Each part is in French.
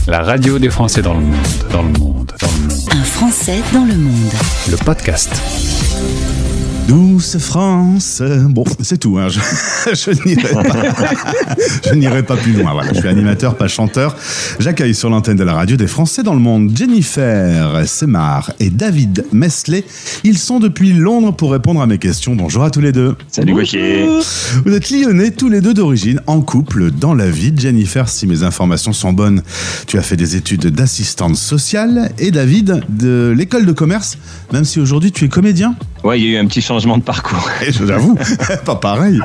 La radio des Français dans le monde, dans le monde, dans le monde. Un Français dans le monde. Le podcast. Douce France. Bon, c'est tout. Hein. Je n'irai pas plus loin. Voilà, je suis animateur, pas chanteur. J'accueille sur l'antenne de la radio des Français dans le monde Jennifer Semar et David Mesley. Ils sont depuis Londres pour répondre à mes questions. Bonjour à tous les deux. Salut Gauthier. Vous êtes lyonnais tous les deux d'origine, en couple dans la vie. Jennifer, si mes informations sont bonnes, tu as fait des études d'assistante sociale. Et David, de l'école de commerce, même si aujourd'hui tu es comédien. Ouais, il y a eu un petit changement de parcours. Et je l'avoue, pas pareil.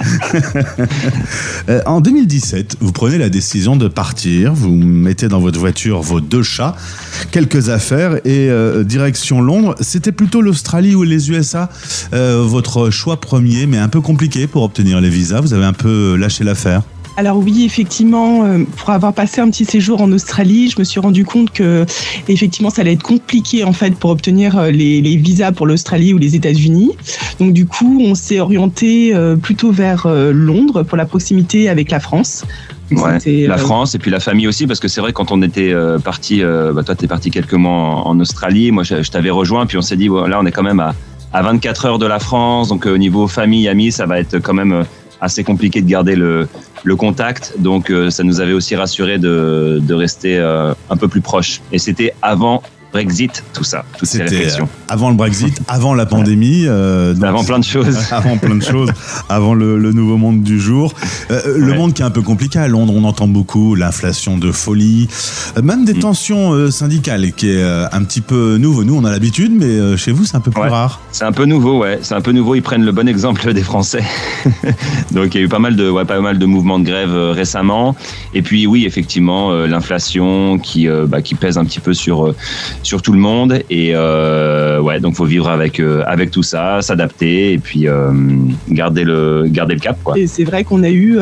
En 2017, vous prenez la décision de partir. Vous mettez dans votre voiture vos 2 chats, quelques affaires et direction Londres. C'était plutôt l'Australie ou les USA, votre choix premier, mais un peu compliqué pour obtenir les visas. Vous avez un peu lâché l'affaire. Alors oui, effectivement, pour avoir passé un petit séjour en Australie, je me suis rendu compte que effectivement, ça allait être compliqué en fait pour obtenir les visas pour l'Australie ou les États-Unis. Donc du coup, on s'est orienté plutôt vers Londres pour la proximité avec la France. Ouais, la France et puis la famille aussi, parce que c'est vrai quand on était parti, toi t'es parti quelques mois en Australie, moi je t'avais rejoint, puis on s'est dit là on est quand même à 24 heures de la France, donc au niveau famille, amis, ça va être quand même assez compliqué de garder le contact, donc ça nous avait aussi rassuré de rester un peu plus proche. Et c'était avant Brexit, tout ça, toutes ces réflexions. Avant le Brexit, avant la pandémie. Avant plein de choses. Avant plein de choses, avant le nouveau monde du jour. Le monde qui est un peu compliqué à Londres, on entend beaucoup l'inflation de folie, même des tensions syndicales, qui est un petit peu nouveau. Nous, on a l'habitude, mais chez vous, c'est un peu plus rare. C'est un peu nouveau, ouais. C'est un peu nouveau, ils prennent le bon exemple des Français. Donc, il y a eu pas mal de mouvements de grève récemment. Et puis, oui, effectivement, l'inflation qui pèse un petit peu sur tout le monde, et donc faut vivre avec tout ça, s'adapter et puis garder le cap, quoi. Et c'est vrai qu'on a vu,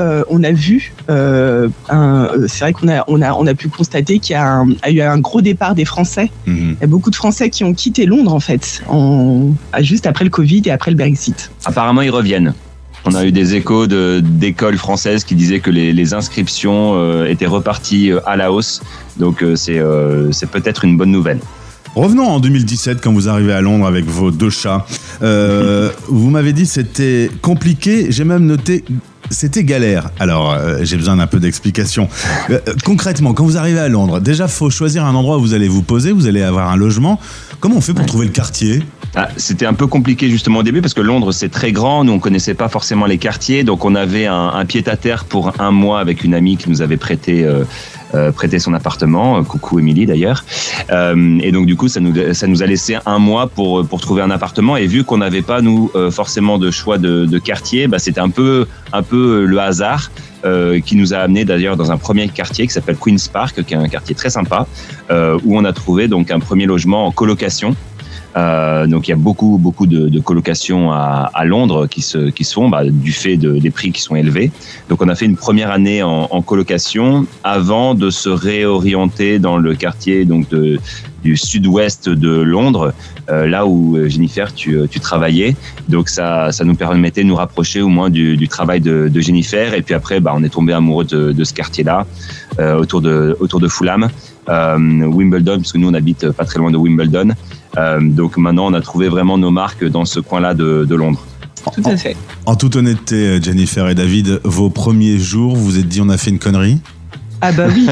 c'est vrai qu'on a pu constater qu'il y a eu un gros départ des Français. Il y a beaucoup de Français qui ont quitté Londres en fait, juste après le Covid et après le Brexit. Apparemment ils reviennent. On a eu des échos d'écoles françaises qui disaient que les inscriptions étaient reparties à la hausse. Donc c'est peut-être une bonne nouvelle. Revenons en 2017 quand vous arrivez à Londres avec vos 2 chats. Vous m'avez dit c'était compliqué, j'ai même noté c'était galère. Alors j'ai besoin d'un peu d'explication. Concrètement, quand vous arrivez à Londres, déjà faut choisir un endroit où vous allez vous poser, vous allez avoir un logement. Comment on fait pour trouver le quartier ? C'était un peu compliqué justement au début parce que Londres c'est très grand, nous on connaissait pas forcément les quartiers, donc on avait un pied-à-terre pour 1 mois avec une amie qui nous avait prêté son appartement, coucou Émilie d'ailleurs, et donc du coup ça nous a laissé 1 mois pour trouver un appartement, et vu qu'on n'avait pas nous forcément de choix de quartier, c'était un peu le hasard qui nous a amené d'ailleurs dans un premier quartier qui s'appelle Queen's Park, qui est un quartier très sympa, où on a trouvé donc un premier logement en colocation. Donc il y a beaucoup de colocations à Londres qui se font du fait des prix qui sont élevés. Donc on a fait une première année en colocation avant de se réorienter dans le quartier donc du sud-ouest de Londres, là où Jennifer tu travaillais. Donc ça nous permettait de nous rapprocher au moins du travail de Jennifer, et puis après on est tombé amoureux de ce quartier-là, autour de Fulham. Wimbledon, parce que nous on habite pas très loin de Wimbledon, donc maintenant on a trouvé vraiment nos marques dans ce coin-là de Londres. Tout à fait. En toute honnêteté, Jennifer et David, vos premiers jours, vous vous êtes dit on a fait une connerie ? Ah bah oui,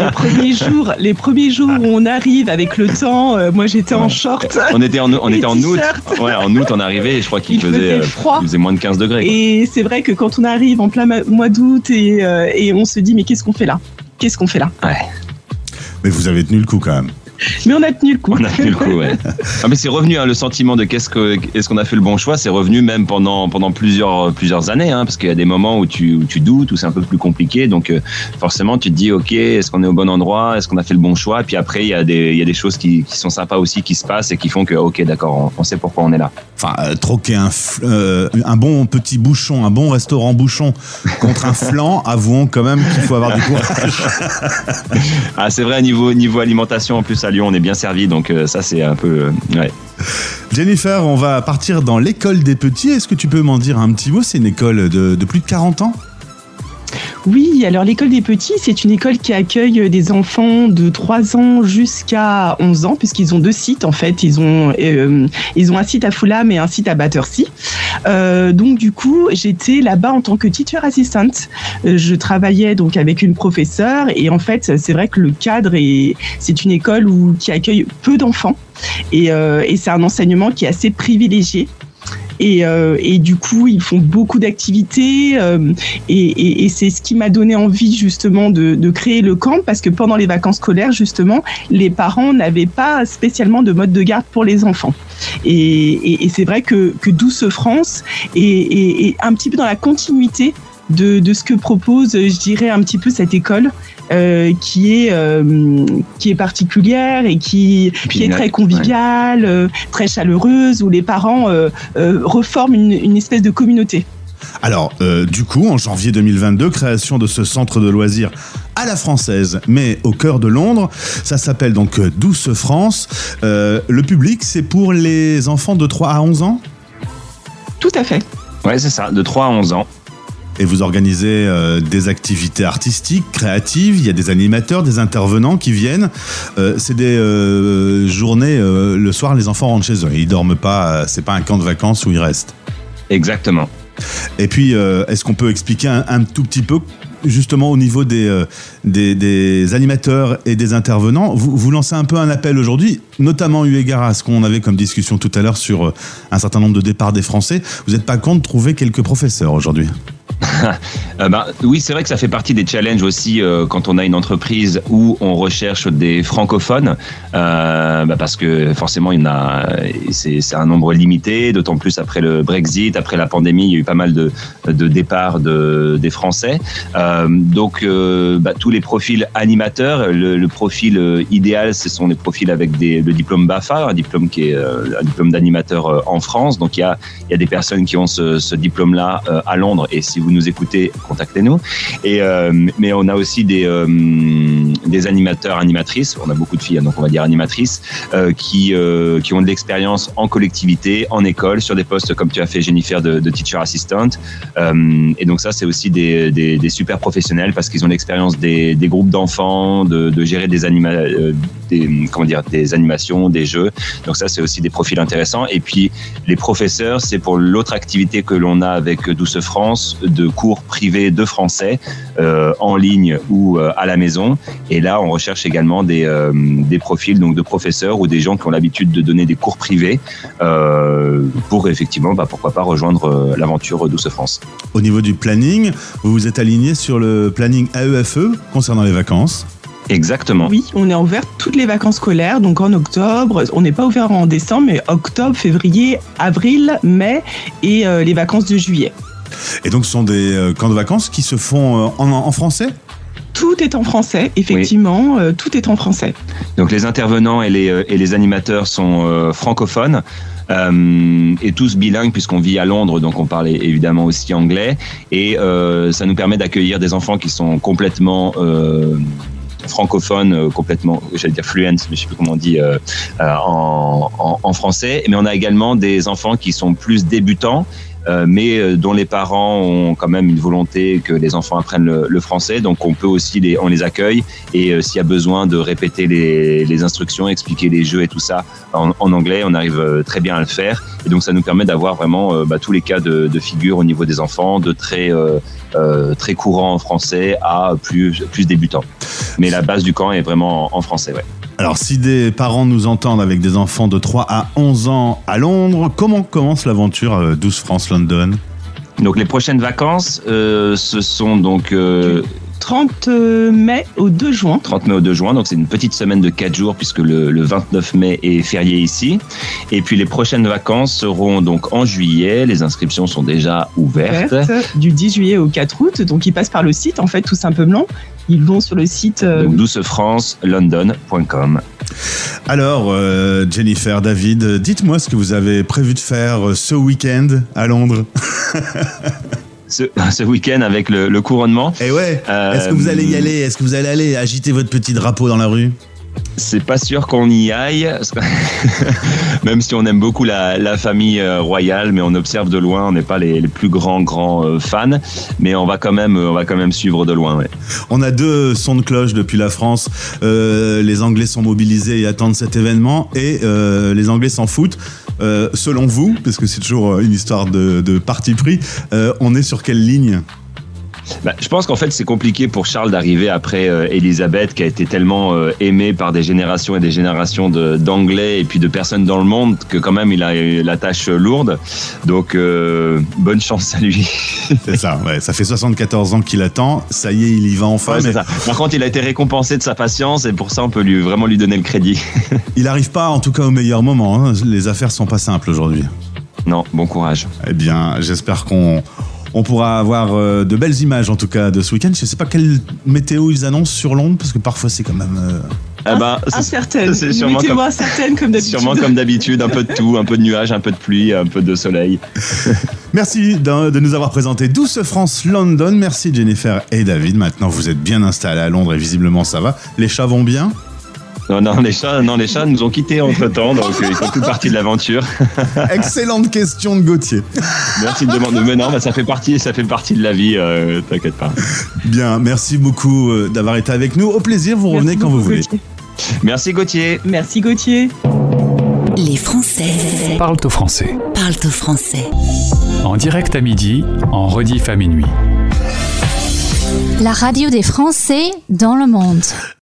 les premiers jours où on arrive avec le temps, moi j'étais en short. On était en août. Ouais, en août on arrivait et je crois qu'il faisait froid. Il faisait moins de 15 degrés. Quoi. Et c'est vrai que quand on arrive en plein mois d'août et on se dit mais qu'est-ce qu'on fait là ? Ouais. Mais vous avez tenu le coup quand même. Mais on a tenu le coup. Ouais. Mais c'est revenu, hein, le sentiment de est-ce qu'on a fait le bon choix, c'est revenu même pendant plusieurs années, hein, parce qu'il y a des moments où tu doutes, où c'est un peu plus compliqué, donc forcément tu te dis ok, est-ce qu'on est au bon endroit, est-ce qu'on a fait le bon choix, et puis après il y a des choses qui sont sympas aussi qui se passent et qui font que ok d'accord, on sait pourquoi on est là. Enfin, troquer un bon petit bouchon, un bon restaurant bouchon contre un flan, avouons quand même qu'il faut avoir du courage. Ah c'est vrai, niveau alimentation en plus à Lyon on est bien servi, donc ça c'est un peu ouais. Jennifer, on va partir dans l'école des petits. Est-ce que tu peux m'en dire un petit mot ? C'est une école de plus de 40 ans ? Oui, alors l'école des petits, c'est une école qui accueille des enfants de 3 ans jusqu'à 11 ans, puisqu'ils ont 2 sites en fait. Ils ont un site à Fulham et un site à Battersea. Donc du coup, j'étais là-bas en tant que teacher assistant. Je travaillais donc avec une professeure et en fait, c'est vrai que le cadre c'est une école qui accueille peu d'enfants et c'est un enseignement qui est assez privilégié. Et du coup, ils font beaucoup d'activités et c'est ce qui m'a donné envie justement de créer le camp parce que pendant les vacances scolaires, justement, les parents n'avaient pas spécialement de mode de garde pour les enfants. Et c'est vrai que Douce France est un petit peu dans la continuité de ce que propose, je dirais, un petit peu cette école qui est particulière et qui est très conviviale, très chaleureuse, où les parents reforment une espèce de communauté. Alors, du coup, en janvier 2022, création de ce centre de loisirs à la française, mais au cœur de Londres. Ça s'appelle donc Douce France. Le public, c'est pour les enfants de 3 à 11 ans ? Tout à fait. Ouais, c'est ça, de 3 à 11 ans. Et vous organisez des activités artistiques, créatives, il y a des animateurs, des intervenants qui viennent. C'est des journées, le soir les enfants rentrent chez eux, ils dorment pas, c'est pas un camp de vacances où ils restent. Exactement. Et puis, est-ce qu'on peut expliquer un tout petit peu, justement au niveau des animateurs et des intervenants, vous lancez un peu un appel aujourd'hui, notamment eu égard à ce qu'on avait comme discussion tout à l'heure sur un certain nombre de départs des Français. Vous n'êtes pas contre de trouver quelques professeurs aujourd'hui ? Oui, c'est vrai que ça fait partie des challenges aussi quand on a une entreprise où on recherche des francophones, parce que forcément c'est un nombre limité, d'autant plus après le Brexit, après la pandémie, il y a eu pas mal de départs des Français. Donc tous les profils animateurs, le profil idéal, ce sont les profils avec le diplôme BAFA, un diplôme qui est un diplôme d'animateur en France. Donc il y a des personnes qui ont ce diplôme-là à Londres, et si vous nous écoutez, contactez-nous. Mais on a aussi des animateurs, animatrices. On a beaucoup de filles, donc on va dire animatrices, qui ont de l'expérience en collectivité, en école, sur des postes comme tu as fait, Jennifer, de teacher assistant. Et donc ça, c'est aussi des super professionnels parce qu'ils ont l'expérience des groupes d'enfants, de gérer des animations, des jeux. Donc ça, c'est aussi des profils intéressants. Et puis les professeurs, c'est pour l'autre activité que l'on a avec Douce France, de cours privés de français en ligne ou à la maison. Et là, on recherche également des profils donc de professeurs ou des gens qui ont l'habitude de donner des cours privés pour effectivement, pourquoi pas rejoindre l'aventure Douce France. Au niveau du planning, vous vous êtes aligné sur le planning AEFE concernant les vacances ? Exactement. Oui, on est ouvert toutes les vacances scolaires, donc en octobre. On n'est pas ouvert en décembre, mais octobre, février, avril, mai et les vacances de juillet. Et donc, ce sont des camps de vacances qui se font en français ? Tout est en français, effectivement, oui. Tout est en français. Donc les intervenants et les animateurs sont francophones. Et tous bilingues puisqu'on vit à Londres, donc on parle évidemment aussi anglais. Et ça nous permet d'accueillir des enfants qui sont complètement francophones, complètement, j'allais dire fluent, mais je ne sais plus comment on dit en français. Mais on a également des enfants qui sont plus débutants, mais dont les parents ont quand même une volonté que les enfants apprennent le français. Donc on peut aussi on les accueille, et s'il y a besoin de répéter les instructions, expliquer les jeux et tout ça en anglais, on arrive très bien à le faire. Et donc ça nous permet d'avoir vraiment tous les cas de figure au niveau des enfants, de très courant en français à plus débutant. Mais la base du camp est vraiment en français, ouais. Alors, si des parents nous entendent avec des enfants de 3 à 11 ans à Londres, comment commence l'aventure Douce France London ? Donc, les prochaines vacances, ce sont donc... 30 mai au 2 juin. 30 mai au 2 juin, donc c'est une petite semaine de 4 jours puisque le 29 mai est férié ici. Et puis les prochaines vacances seront donc en juillet. Les inscriptions sont déjà ouvertes. Du 10 juillet au 4 août, donc ils passent par le site en fait tout simplement. Ils vont sur le site doucefrancelondon.com. Alors, Jennifer, David, dites-moi ce que vous avez prévu de faire ce week-end à Londres. Ce week-end avec le couronnement. Et ouais, est-ce que vous allez y aller ? Est-ce que vous allez aller agiter votre petit drapeau dans la rue ? C'est pas sûr qu'on y aille, même si on aime beaucoup la famille royale, mais on observe de loin, on n'est pas les plus grands fans, mais on va quand même suivre de loin. Ouais. On a 2 sons de cloche depuis la France. Les Anglais sont mobilisés et attendent cet événement, et les Anglais s'en foutent. Selon vous, parce que c'est toujours une histoire de parti pris, on est sur quelle ligne ? Je pense qu'en fait c'est compliqué pour Charles d'arriver après Elisabeth, qui a été tellement aimée par des générations et des générations d'Anglais et puis de personnes dans le monde, que quand même il a la tâche lourde. Donc bonne chance à lui. C'est ça, ouais. Ça fait 74 ans qu'il attend. Ça y est, il y va enfin. Ouais, mais... ça. Par contre, il a été récompensé de sa patience, et pour ça on peut vraiment lui donner le crédit. Il n'arrive pas, en tout cas, au meilleur moment. Hein. Les affaires sont pas simples aujourd'hui. Non, bon courage. Eh bien, j'espère qu'on pourra avoir de belles images, en tout cas, de ce week-end. Je ne sais pas quelle météo ils annoncent sur Londres, parce que parfois c'est quand même... incertaine. C'est sûrement incertaine comme d'habitude. Sûrement comme d'habitude, un peu de tout, un peu de nuages, un peu de pluie, un peu de soleil. Merci de nous avoir présenté Douce France London. Merci Jennifer et David. Maintenant, vous êtes bien installés à Londres et visiblement ça va. Les chats vont bien ? Non, les chats nous ont quittés entre-temps, donc ils font toute partie de l'aventure. Excellente question de Gauthier. Merci de demander. Mais non, ça fait partie de la vie, t'inquiète pas. Bien, merci beaucoup d'avoir été avec nous. Au plaisir, vous revenez quand vous voulez. Gauthier. Merci Gauthier. Merci Gauthier. Les Français Parle au français. parlent au français. En direct à midi, en rediff à minuit. La radio des Français dans le monde.